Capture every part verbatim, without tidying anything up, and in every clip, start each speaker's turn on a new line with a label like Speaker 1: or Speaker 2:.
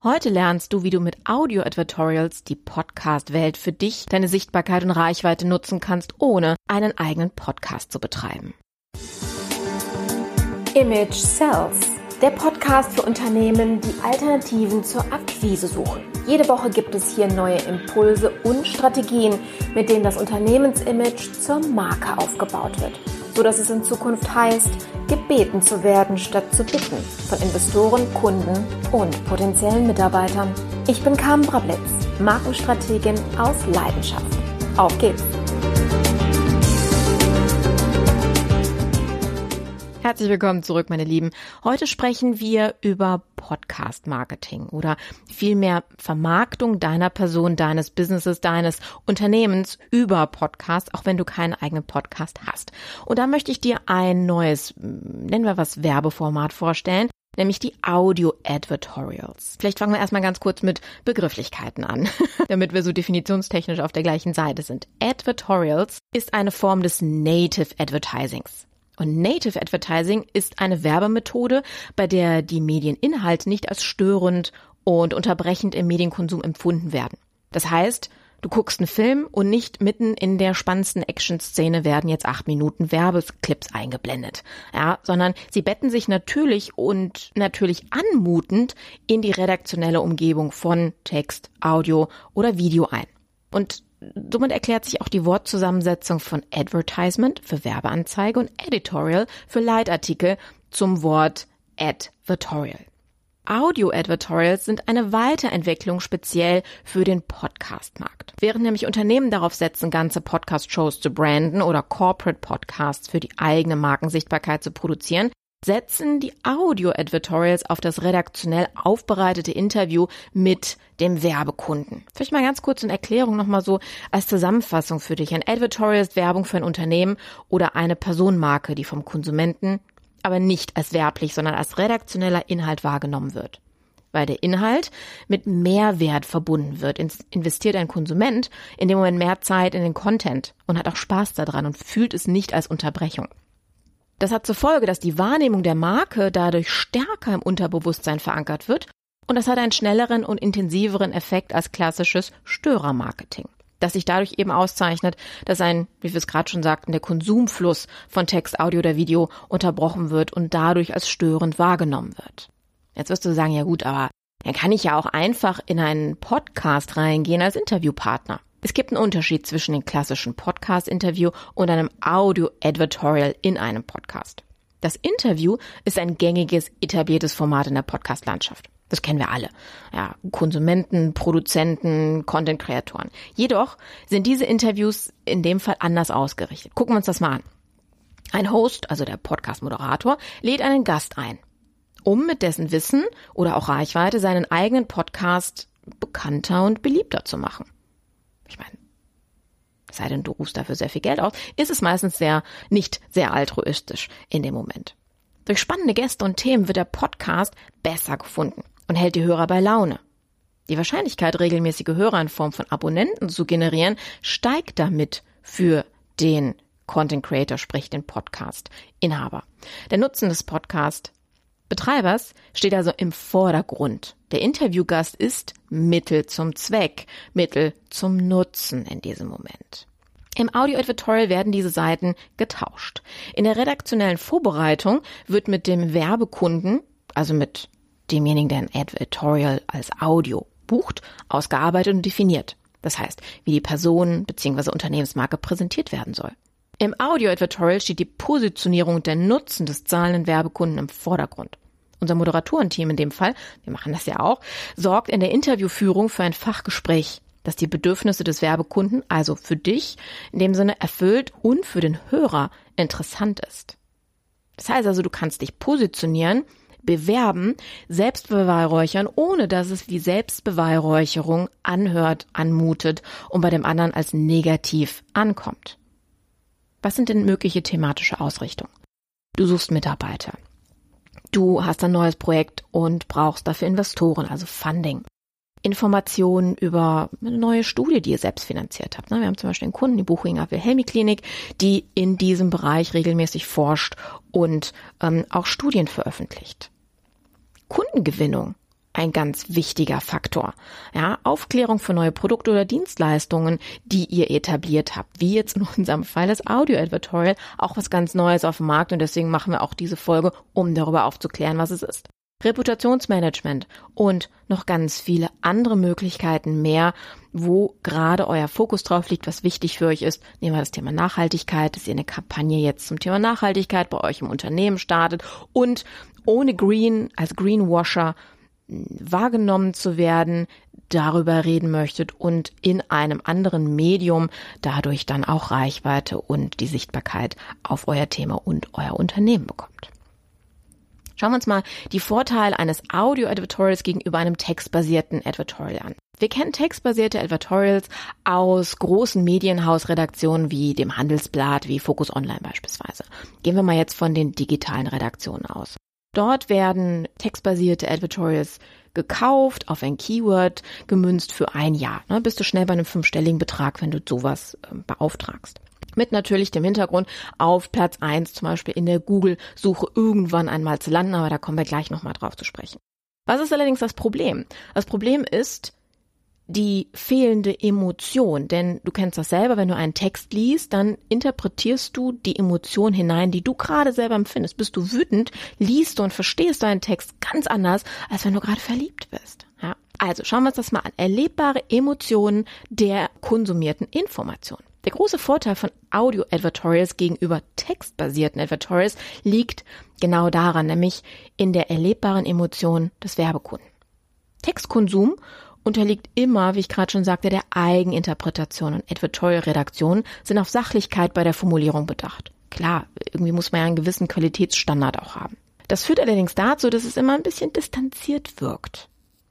Speaker 1: Heute lernst du, wie du mit Audio-Advertorials die Podcast-Welt für dich, deine Sichtbarkeit und Reichweite nutzen kannst, ohne einen eigenen Podcast zu betreiben.
Speaker 2: Image Sells, der Podcast für Unternehmen, die Alternativen zur Akquise suchen. Jede Woche gibt es hier neue Impulse und Strategien, mit denen das Unternehmensimage zur Marke aufgebaut wird, sodass es in Zukunft heißt, gebeten zu werden statt zu bitten von Investoren, Kunden und potenziellen Mitarbeitern. Ich bin Carmen Brablitz, Markenstrategin aus Leidenschaft. Auf geht's!
Speaker 1: Herzlich willkommen zurück, meine Lieben. Heute sprechen wir über Podcast-Marketing oder vielmehr Vermarktung deiner Person, deines Businesses, deines Unternehmens über Podcast, auch wenn du keinen eigenen Podcast hast. Und da möchte ich dir ein neues, nennen wir was, Werbeformat vorstellen, nämlich die Audio-Advertorials. Vielleicht fangen wir erstmal ganz kurz mit Begrifflichkeiten an, damit wir so definitionstechnisch auf der gleichen Seite sind. Advertorials ist eine Form des Native Advertisings. Und Native Advertising ist eine Werbemethode, bei der die Medieninhalte nicht als störend und unterbrechend im Medienkonsum empfunden werden. Das heißt, du guckst einen Film und nicht mitten in der spannendsten Action-Szene werden jetzt acht Minuten Werbeclips eingeblendet, ja, sondern sie betten sich natürlich und natürlich anmutend in die redaktionelle Umgebung von Text, Audio oder Video ein. Und somit erklärt sich auch die Wortzusammensetzung von Advertisement für Werbeanzeige und Editorial für Leitartikel zum Wort Advertorial. Audio-Advertorials sind eine Weiterentwicklung speziell für den Podcast-Markt. Während nämlich Unternehmen darauf setzen, ganze Podcast-Shows zu branden oder Corporate-Podcasts für die eigene Markensichtbarkeit zu produzieren, setzen die Audio-Advertorials auf das redaktionell aufbereitete Interview mit dem Werbekunden. Vielleicht mal ganz kurz eine Erklärung nochmal so als Zusammenfassung für dich. Ein Advertorial ist Werbung für ein Unternehmen oder eine Personenmarke, die vom Konsumenten aber nicht als werblich, sondern als redaktioneller Inhalt wahrgenommen wird. Weil der Inhalt mit Mehrwert verbunden wird, investiert ein Konsument in dem Moment mehr Zeit in den Content und hat auch Spaß daran und fühlt es nicht als Unterbrechung. Das hat zur Folge, dass die Wahrnehmung der Marke dadurch stärker im Unterbewusstsein verankert wird und das hat einen schnelleren und intensiveren Effekt als klassisches Störermarketing, das sich dadurch eben auszeichnet, dass ein, wie wir es gerade schon sagten, der Konsumfluss von Text, Audio oder Video unterbrochen wird und dadurch als störend wahrgenommen wird. Jetzt wirst du sagen, ja gut, aber dann kann ich ja auch einfach in einen Podcast reingehen als Interviewpartner. Es gibt einen Unterschied zwischen dem klassischen Podcast-Interview und einem Audio-Advertorial in einem Podcast. Das Interview ist ein gängiges, etabliertes Format in der Podcast-Landschaft. Das kennen wir alle. Ja, Konsumenten, Produzenten, Content-Kreatoren. Jedoch sind diese Interviews in dem Fall anders ausgerichtet. Gucken wir uns das mal an. Ein Host, also der Podcast-Moderator, lädt einen Gast ein, um mit dessen Wissen oder auch Reichweite seinen eigenen Podcast bekannter und beliebter zu machen. Ich meine, es sei denn, du rufst dafür sehr viel Geld aus, ist es meistens sehr, nicht sehr altruistisch in dem Moment. Durch spannende Gäste und Themen wird der Podcast besser gefunden und hält die Hörer bei Laune. Die Wahrscheinlichkeit, regelmäßige Hörer in Form von Abonnenten zu generieren, steigt damit für den Content Creator, sprich den Podcast-Inhaber. Der Nutzen des Podcast-Betreibers steht also im Vordergrund. Der Interviewgast ist Mittel zum Zweck, Mittel zum Nutzen in diesem Moment. Im Audio-Advertorial werden diese Seiten getauscht. In der redaktionellen Vorbereitung wird mit dem Werbekunden, also mit demjenigen, der ein Advertorial als Audio bucht, ausgearbeitet und definiert. Das heißt, wie die Person bzw. Unternehmensmarke präsentiert werden soll. Im Audio-Advertorial steht die Positionierung und der Nutzen des zahlenden Werbekunden im Vordergrund. Unser Moderatorenteam in dem Fall, wir machen das ja auch, sorgt in der Interviewführung für ein Fachgespräch, das die Bedürfnisse des Werbekunden, also für dich, in dem Sinne erfüllt und für den Hörer interessant ist. Das heißt also, du kannst dich positionieren, bewerben, selbst beweihräuchern, ohne dass es wie Selbstbeweihräucherung anhört, anmutet und bei dem anderen als negativ ankommt. Was sind denn mögliche thematische Ausrichtungen? Du suchst Mitarbeiter. Du hast ein neues Projekt und brauchst dafür Investoren, also Funding. Informationen über eine neue Studie, die ihr selbst finanziert habt. Wir haben zum Beispiel einen Kunden, die Buchinger Wilhelmi-Klinik, die in diesem Bereich regelmäßig forscht und ähm, auch Studien veröffentlicht. Kundengewinnung ein ganz wichtiger Faktor. Ja, Aufklärung für neue Produkte oder Dienstleistungen, die ihr etabliert habt, wie jetzt in unserem Fall das Audio-Advertorial, auch was ganz Neues auf dem Markt und deswegen machen wir auch diese Folge, um darüber aufzuklären, was es ist. Reputationsmanagement und noch ganz viele andere Möglichkeiten mehr, wo gerade euer Fokus drauf liegt, was wichtig für euch ist. Nehmen wir das Thema Nachhaltigkeit, dass ihr eine Kampagne jetzt zum Thema Nachhaltigkeit bei euch im Unternehmen startet und ohne Green, als Greenwasher wahrgenommen zu werden, darüber reden möchtet und in einem anderen Medium dadurch dann auch Reichweite und die Sichtbarkeit auf euer Thema und euer Unternehmen bekommt. Schauen wir uns mal die Vorteile eines Audio-Advertorials gegenüber einem textbasierten Advertorial an. Wir kennen textbasierte Advertorials aus großen Medienhausredaktionen wie dem Handelsblatt, wie Focus Online beispielsweise. Gehen wir mal jetzt von den digitalen Redaktionen aus. Dort werden textbasierte Advertorials gekauft, auf ein Keyword gemünzt für ein Jahr. Ne, bist du schnell bei einem fünfstelligen Betrag, wenn du sowas äh, beauftragst. Mit natürlich dem Hintergrund, auf Platz eins zum Beispiel in der Google-Suche irgendwann einmal zu landen, aber da kommen wir gleich nochmal drauf zu sprechen. Was ist allerdings das Problem? Das Problem ist die fehlende Emotion, denn du kennst das selber, wenn du einen Text liest, dann interpretierst du die Emotion hinein, die du gerade selber empfindest. Bist du wütend, liest du und verstehst deinen Text ganz anders, als wenn du gerade verliebt bist. Ja? Also schauen wir uns das mal an. Erlebbare Emotionen der konsumierten Informationen. Der große Vorteil von Audio-Advertorials gegenüber textbasierten Advertorials liegt genau daran, nämlich in der erlebbaren Emotion des Werbekunden. Textkonsum unterliegt immer, wie ich gerade schon sagte, der Eigeninterpretation und Advertorial-Redaktionen sind auf Sachlichkeit bei der Formulierung bedacht. Klar, irgendwie muss man ja einen gewissen Qualitätsstandard auch haben. Das führt allerdings dazu, dass es immer ein bisschen distanziert wirkt.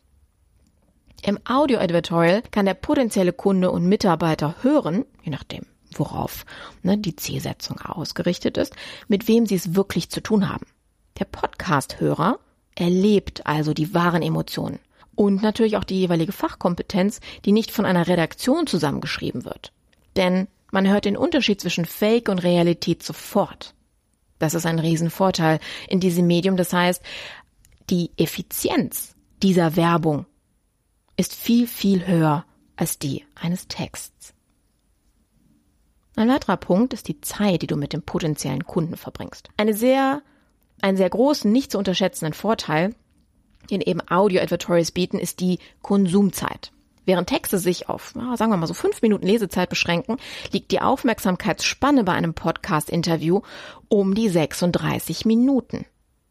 Speaker 1: Im Audio-Advertorial kann der potenzielle Kunde und Mitarbeiter hören, je nachdem, worauf ne, die Zielsetzung ausgerichtet ist, mit wem sie es wirklich zu tun haben. Der Podcast-Hörer erlebt also die wahren Emotionen und natürlich auch die jeweilige Fachkompetenz, die nicht von einer Redaktion zusammengeschrieben wird. Denn man hört den Unterschied zwischen Fake und Realität sofort. Das ist ein Riesenvorteil in diesem Medium. Das heißt, die Effizienz dieser Werbung ist viel, viel höher als die eines Texts. Ein weiterer Punkt ist die Zeit, die du mit dem potenziellen Kunden verbringst. Eine sehr, einen sehr großen, nicht zu unterschätzenden Vorteil, den eben Audio-Advertorials bieten, ist die Konsumzeit. Während Texte sich auf, sagen wir mal so fünf Minuten Lesezeit beschränken, liegt die Aufmerksamkeitsspanne bei einem Podcast-Interview um die sechsunddreißig Minuten.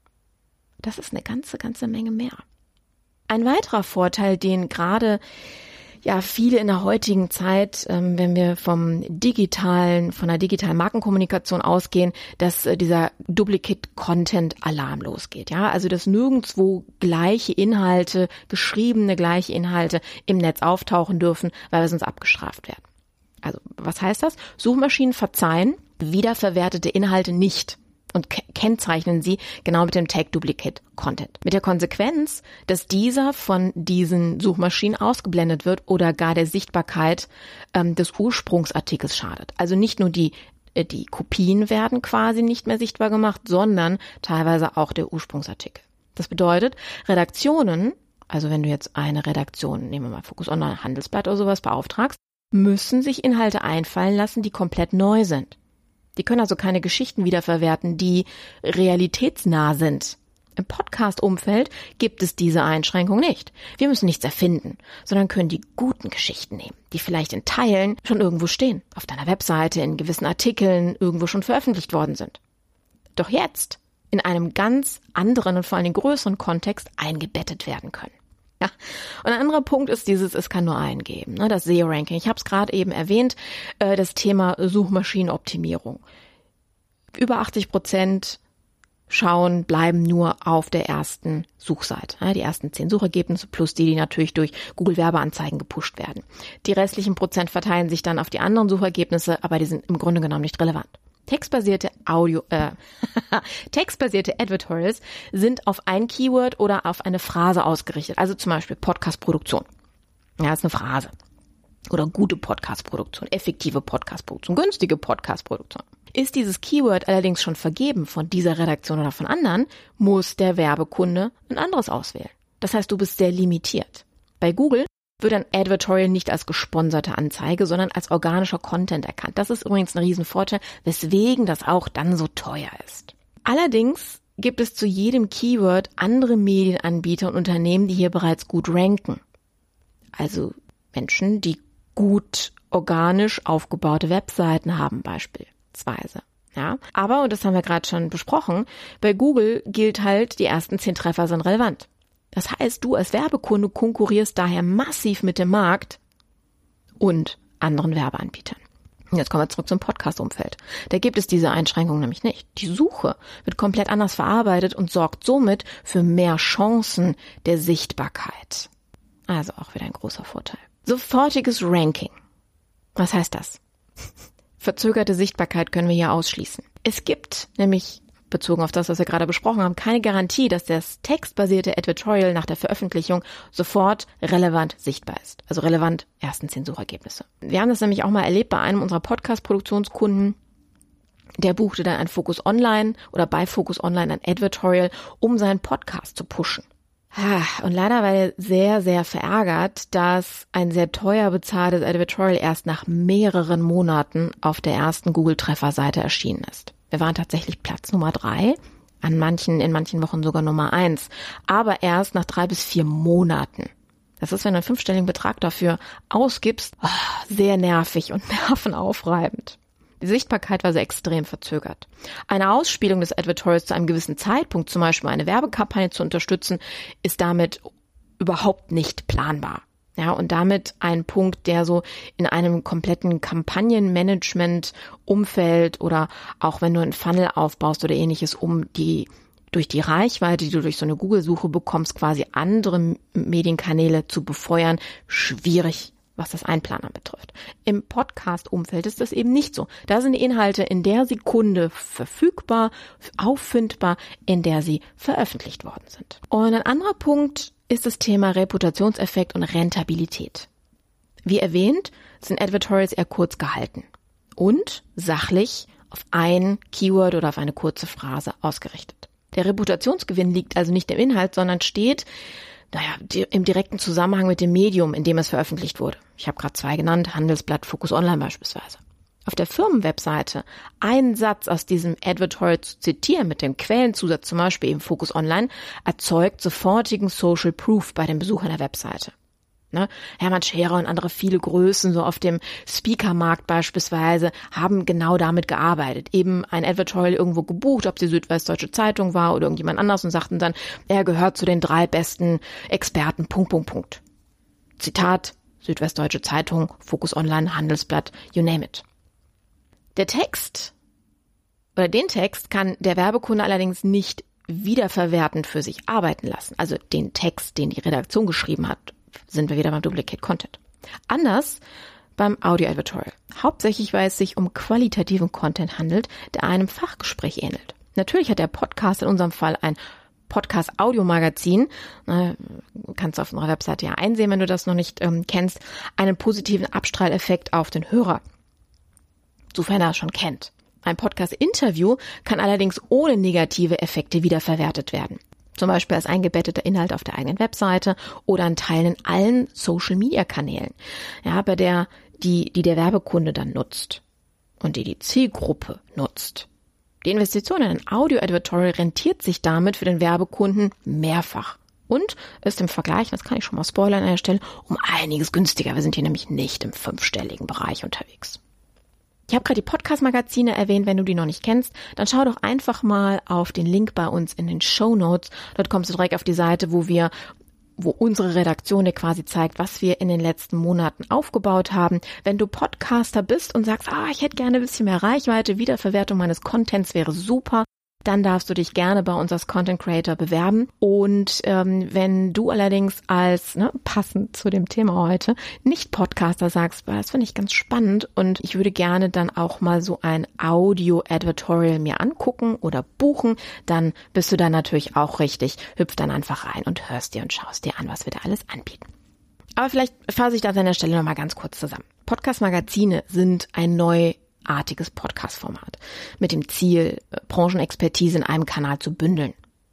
Speaker 1: Das ist eine ganze, ganze Menge mehr. Ein weiterer Vorteil, den gerade ja viele in der heutigen Zeit, ähm, wenn wir vom digitalen, von der digitalen Markenkommunikation ausgehen, dass äh, dieser Duplicate-Content-Alarm losgeht. Ja, also dass nirgendwo gleiche Inhalte, geschriebene gleiche Inhalte im Netz auftauchen dürfen, weil wir sonst abgestraft werden. Also was heißt das? Suchmaschinen verzeihen wiederverwertete Inhalte nicht und k- kennzeichnen sie genau mit dem Tag Duplicate Content. Mit der Konsequenz, dass dieser von diesen Suchmaschinen ausgeblendet wird oder gar der Sichtbarkeit ähm, des Ursprungsartikels schadet. Also nicht nur die äh, die Kopien werden quasi nicht mehr sichtbar gemacht, sondern teilweise auch der Ursprungsartikel. Das bedeutet, Redaktionen, also wenn du jetzt eine Redaktion, nehmen wir mal Focus Online, Handelsblatt oder sowas beauftragst, müssen sich Inhalte einfallen lassen, die komplett neu sind. Die können also keine Geschichten wiederverwerten, die realitätsnah sind. Im Podcast-Umfeld gibt es diese Einschränkung nicht. Wir müssen nichts erfinden, sondern können die guten Geschichten nehmen, die vielleicht in Teilen schon irgendwo stehen, auf deiner Webseite, in gewissen Artikeln irgendwo schon veröffentlicht worden sind. Doch jetzt in einem ganz anderen und vor allem größeren Kontext eingebettet werden können. Ja, und ein anderer Punkt ist dieses, es kann nur einen geben, ne, das S E O-Ranking. Ich habe es gerade eben erwähnt, äh, das Thema Suchmaschinenoptimierung. Über achtzig Prozent schauen, bleiben nur auf der ersten Suchseite. Ja, die ersten zehn Suchergebnisse plus die, die natürlich durch Google-Werbeanzeigen gepusht werden. Die restlichen Prozent verteilen sich dann auf die anderen Suchergebnisse, aber die sind im Grunde genommen nicht relevant. Textbasierte Audio, äh, textbasierte Advertorials sind auf ein Keyword oder auf eine Phrase ausgerichtet. Also zum Beispiel Podcast-Produktion. Ja, ist eine Phrase. Oder gute Podcast-Produktion, effektive Podcast-Produktion, günstige Podcast-Produktion. Ist dieses Keyword allerdings schon vergeben von dieser Redaktion oder von anderen, muss der Werbekunde ein anderes auswählen. Das heißt, du bist sehr limitiert. Bei Google wird ein Advertorial nicht als gesponserte Anzeige, sondern als organischer Content erkannt. Das ist übrigens ein Riesenvorteil, weswegen das auch dann so teuer ist. Allerdings gibt es zu jedem Keyword andere Medienanbieter und Unternehmen, die hier bereits gut ranken. Also Menschen, die gut organisch aufgebaute Webseiten haben beispielsweise. Ja, aber, und das haben wir gerade schon besprochen, bei Google gilt halt, die ersten zehn Treffer sind relevant. Das heißt, du als Werbekunde konkurrierst daher massiv mit dem Markt und anderen Werbeanbietern. Und jetzt kommen wir zurück zum Podcast-Umfeld. Da gibt es diese Einschränkung nämlich nicht. Die Suche wird komplett anders verarbeitet und sorgt somit für mehr Chancen der Sichtbarkeit. Also auch wieder ein großer Vorteil. Sofortiges Ranking. Was heißt das? Verzögerte Sichtbarkeit können wir hier ausschließen. Es gibt nämlich, bezogen auf das, was wir gerade besprochen haben, keine Garantie, dass das textbasierte Advertorial nach der Veröffentlichung sofort relevant sichtbar ist. Also relevant ersten zehn Suchergebnisse. Wir haben das nämlich auch mal erlebt bei einem unserer Podcast-Produktionskunden. Der buchte dann ein Focus Online oder bei Focus Online ein Advertorial, um seinen Podcast zu pushen. Und leider war er sehr, sehr verärgert, dass ein sehr teuer bezahltes Advertorial erst nach mehreren Monaten auf der ersten Google-Trefferseite erschienen ist. Wir waren tatsächlich Platz Nummer drei, an manchen, in manchen Wochen sogar Nummer eins, aber erst nach drei bis vier Monaten. Das ist, wenn du einen fünfstelligen Betrag dafür ausgibst, oh, sehr nervig und nervenaufreibend. Die Sichtbarkeit war sehr extrem verzögert. Eine Ausspielung des Advertorials zu einem gewissen Zeitpunkt, zum Beispiel eine Werbekampagne zu unterstützen, ist damit überhaupt nicht planbar. Ja, und damit ein Punkt, der so in einem kompletten Kampagnenmanagement-Umfeld oder auch wenn du einen Funnel aufbaust oder ähnliches, um die durch die Reichweite, die du durch so eine Google-Suche bekommst, quasi andere Medienkanäle zu befeuern, schwierig, was das Einplanen betrifft. Im Podcast-Umfeld ist das eben nicht so. Da sind die Inhalte in der Sekunde verfügbar, auffindbar, in der sie veröffentlicht worden sind. Und ein anderer Punkt ist das Thema Reputationseffekt und Rentabilität. Wie erwähnt, sind Advertorials eher kurz gehalten und sachlich auf ein Keyword oder auf eine kurze Phrase ausgerichtet. Der Reputationsgewinn liegt also nicht im Inhalt, sondern steht Naja, im direkten Zusammenhang mit dem Medium, in dem es veröffentlicht wurde. Ich habe gerade zwei genannt, Handelsblatt, Focus Online beispielsweise. Auf der Firmenwebseite einen Satz aus diesem Advertorial zu zitieren mit dem Quellenzusatz, zum Beispiel eben Focus Online, erzeugt sofortigen Social Proof bei den Besuchern der Webseite. Ne? Hermann Scherer und andere viele Größen, so auf dem Speakermarkt beispielsweise, haben genau damit gearbeitet. Eben ein Advertorial irgendwo gebucht, ob die Südwestdeutsche Zeitung war oder irgendjemand anders und sagten dann, er gehört zu den drei besten Experten, Punkt, Punkt, Punkt. Zitat, Südwestdeutsche Zeitung, Focus Online, Handelsblatt, you name it. Der Text oder den Text kann der Werbekunde allerdings nicht wiederverwertend für sich arbeiten lassen. Also den Text, den die Redaktion geschrieben hat, sind wir wieder beim Duplicate Content. Anders beim Audio-Advertorial. Hauptsächlich, weil es sich um qualitativen Content handelt, der einem Fachgespräch ähnelt. Natürlich hat der Podcast in unserem Fall ein Podcast-Audio-Magazin, äh, kannst du auf unserer Webseite ja einsehen, wenn du das noch nicht ähm, kennst, einen positiven Abstrahleffekt auf den Hörer, sofern er es schon kennt. Ein Podcast-Interview kann allerdings ohne negative Effekte wiederverwertet werden. Zum Beispiel als eingebetteter Inhalt auf der eigenen Webseite oder ein Teil in allen Social-Media-Kanälen, ja, bei der die, die der Werbekunde dann nutzt und die die Zielgruppe nutzt. Die Investition in ein Audio-Advertorial rentiert sich damit für den Werbekunden mehrfach und ist im Vergleich, das kann ich schon mal spoilern an der Stelle, um einiges günstiger. Wir sind hier nämlich nicht im fünfstelligen Bereich unterwegs. Ich habe gerade die Podcast-Magazine erwähnt, wenn du die noch nicht kennst, dann schau doch einfach mal auf den Link bei uns in den Shownotes. Dort kommst du direkt auf die Seite, wo wir, wo unsere Redaktion dir quasi zeigt, was wir in den letzten Monaten aufgebaut haben. Wenn du Podcaster bist und sagst, ah, ich hätte gerne ein bisschen mehr Reichweite, Wiederverwertung meines Contents wäre super, dann darfst du dich gerne bei uns als Content Creator bewerben. Und ähm, wenn du allerdings als, ne, passend zu dem Thema heute, nicht Podcaster sagst, das finde ich ganz spannend und ich würde gerne dann auch mal so ein Audio-Advertorial mir angucken oder buchen, dann bist du da natürlich auch richtig. Hüpf dann einfach rein und hörst dir und schaust dir an, was wir da alles anbieten. Aber vielleicht fasse ich das an der Stelle nochmal ganz kurz zusammen. Podcast-Magazine sind ein neu artiges Podcast-Format mit dem Ziel, Branchenexpertise in einem Kanal zu bündeln.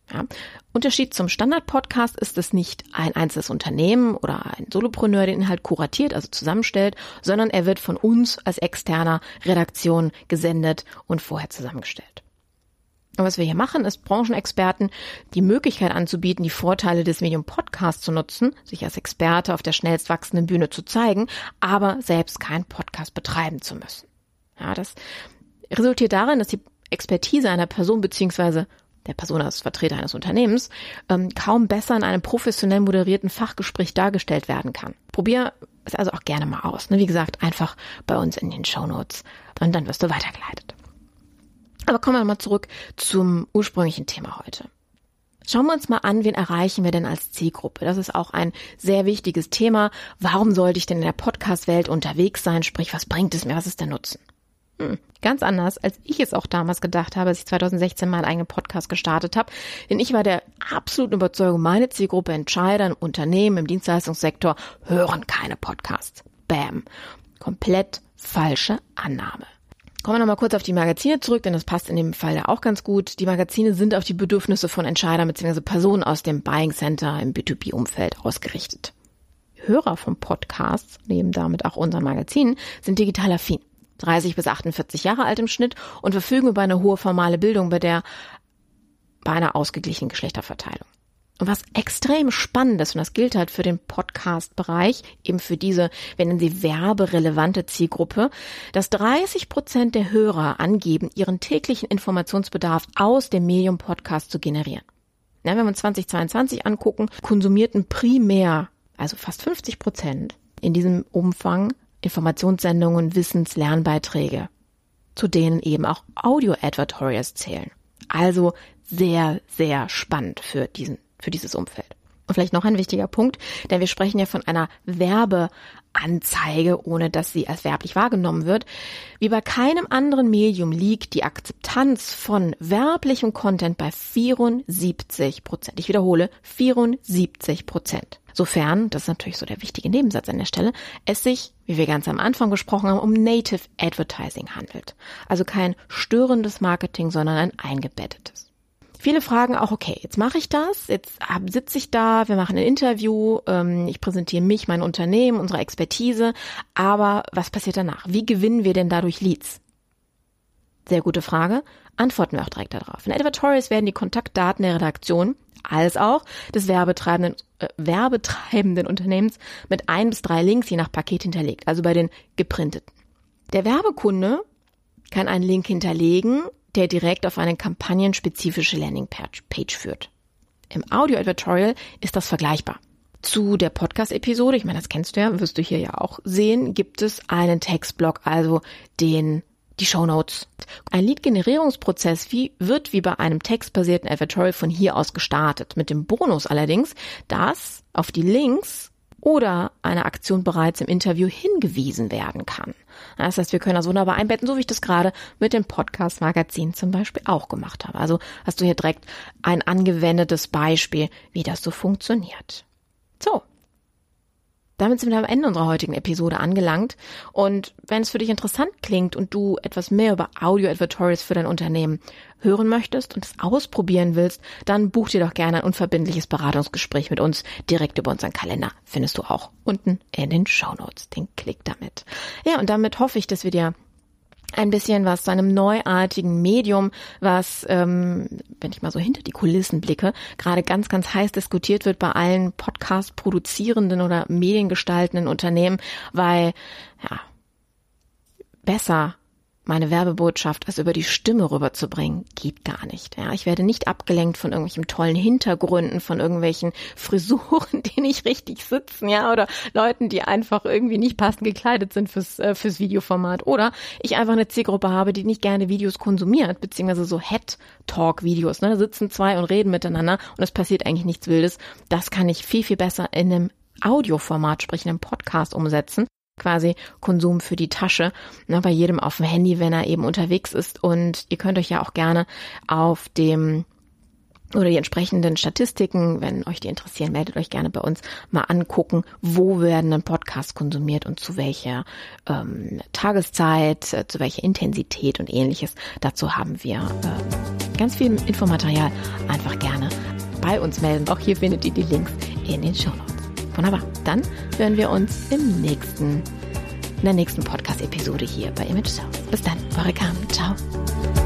Speaker 1: Ja. Unterschied zum Standard-Podcast ist es nicht ein einzelnes Unternehmen oder ein Solopreneur, den Inhalt kuratiert, also zusammenstellt, sondern er wird von uns als externer Redaktion gesendet und vorher zusammengestellt. Und was wir hier machen, ist Branchenexperten die Möglichkeit anzubieten, die Vorteile des Medium Podcast zu nutzen, sich als Experte auf der schnellst wachsenden Bühne zu zeigen, aber selbst keinen Podcast betreiben zu müssen. Ja, das resultiert darin, dass die Expertise einer Person bzw. der Person als Vertreter eines Unternehmens ähm, kaum besser in einem professionell moderierten Fachgespräch dargestellt werden kann. Probier es also auch gerne mal aus. Ne? Wie gesagt, einfach bei uns in den Shownotes und dann wirst du weitergeleitet. Aber kommen wir mal zurück zum ursprünglichen Thema heute. Schauen wir uns mal an, wen erreichen wir denn als Zielgruppe? Das ist auch ein sehr wichtiges Thema. Warum sollte ich denn in der Podcast-Welt unterwegs sein? Sprich, was bringt es mir? Was ist der Nutzen? Hm, ganz anders, als ich es auch damals gedacht habe, als ich zwanzig sechzehn meinen eigenen Podcast gestartet habe. Denn ich war der absoluten Überzeugung, meine Zielgruppe, Entscheider, Unternehmen im Dienstleistungssektor hören keine Podcasts. Bam. Komplett falsche Annahme. Kommen wir nochmal kurz auf die Magazine zurück, denn das passt in dem Fall ja auch ganz gut. Die Magazine sind auf die Bedürfnisse von Entscheidern bzw. Personen aus dem Buying Center im B zwei B-Umfeld ausgerichtet. Hörer von Podcasts, neben damit auch unseren Magazinen, sind digital affin. dreißig bis achtundvierzig Jahre alt im Schnitt und verfügen über eine hohe formale Bildung bei der bei einer ausgeglichenen Geschlechterverteilung. Und was extrem spannend ist, und das gilt halt für den Podcast-Bereich, eben für diese, wir nennen sie werberelevante Zielgruppe, dass dreißig Prozent der Hörer angeben, ihren täglichen Informationsbedarf aus dem Medium Podcast zu generieren. Ja, wenn wir uns zwanzig zweiundzwanzig angucken, konsumierten primär, also fast fünfzig Prozent in diesem Umfang Informationssendungen, Wissens-, Lernbeiträge, zu denen eben auch Audio-Advertorials zählen. Also sehr, sehr spannend für diesen für dieses Umfeld. Und vielleicht noch ein wichtiger Punkt, denn wir sprechen ja von einer Werbeanzeige, ohne dass sie als werblich wahrgenommen wird. Wie bei keinem anderen Medium liegt die Akzeptanz von werblichem Content bei vierundsiebzig Prozent. Ich wiederhole, vierundsiebzig Prozent. Sofern, das ist natürlich so der wichtige Nebensatz an der Stelle, es sich, wie wir ganz am Anfang gesprochen haben, um Native Advertising handelt. Also kein störendes Marketing, sondern ein eingebettetes. Viele fragen auch, okay, jetzt mache ich das, jetzt sitze ich da, wir machen ein Interview, ähm, ich präsentiere mich, mein Unternehmen, unsere Expertise, aber was passiert danach? Wie gewinnen wir denn dadurch Leads? Sehr gute Frage, antworten wir auch direkt darauf. In Advertorials werden die Kontaktdaten der Redaktion als auch des werbetreibenden, äh, werbetreibenden Unternehmens mit ein bis drei Links je nach Paket hinterlegt, also bei den geprinteten. Der Werbekunde kann einen Link hinterlegen, der direkt auf eine kampagnenspezifische Landingpage führt. Im Audio-Advertorial ist das vergleichbar. Zu der Podcast-Episode, ich meine, das kennst du ja, wirst du hier ja auch sehen, gibt es einen Textblock, also den die Shownotes. Ein Lead-Generierungsprozess wie, wird wie bei einem textbasierten Advertorial von hier aus gestartet. Mit dem Bonus allerdings, dass auf die Links oder eine Aktion bereits im Interview hingewiesen werden kann. Das heißt, wir können das wunderbar einbetten, so wie ich das gerade mit dem Podcast-Magazin zum Beispiel auch gemacht habe. Also hast du hier direkt ein angewendetes Beispiel, wie das so funktioniert. So, damit sind wir am Ende unserer heutigen Episode angelangt. Und wenn es für dich interessant klingt und du etwas mehr über Audio-Advertorials für dein Unternehmen hören möchtest und es ausprobieren willst, dann buch dir doch gerne ein unverbindliches Beratungsgespräch mit uns direkt über unseren Kalender. Findest du auch unten in den Shownotes. Den Klick damit. Ja, und damit hoffe ich, dass wir dir ein bisschen was zu einem neuartigen Medium, was, ähm, wenn ich mal so hinter die Kulissen blicke, gerade ganz, ganz heiß diskutiert wird bei allen Podcast-produzierenden oder mediengestaltenden Unternehmen, weil, ja, besser meine Werbebotschaft als über die Stimme rüberzubringen, geht gar nicht. Ja, ich werde nicht abgelenkt von irgendwelchen tollen Hintergründen, von irgendwelchen Frisuren, die nicht richtig sitzen, ja, oder Leuten, die einfach irgendwie nicht passend gekleidet sind fürs äh, fürs Videoformat. Oder ich einfach eine Zielgruppe habe, die nicht gerne Videos konsumiert, beziehungsweise so Head-Talk-Videos. Ne? Da sitzen zwei und reden miteinander und es passiert eigentlich nichts Wildes. Das kann ich viel, viel besser in einem Audioformat, sprich in einem Podcast umsetzen. Quasi Konsum für die Tasche, ne, bei jedem auf dem Handy, wenn er eben unterwegs ist. Und ihr könnt euch ja auch gerne auf dem oder die entsprechenden Statistiken, wenn euch die interessieren, meldet euch gerne bei uns mal angucken, wo werden denn Podcasts konsumiert und zu welcher ähm, Tageszeit, äh, zu welcher Intensität und ähnliches. Dazu haben wir äh, ganz viel Infomaterial. Einfach gerne bei uns melden. Auch hier findet ihr die Links in den Shownotes. Wunderbar. Dann hören wir uns im nächsten, in der nächsten Podcast-Episode hier bei Image Sales. Bis dann, eure Carmen. Ciao.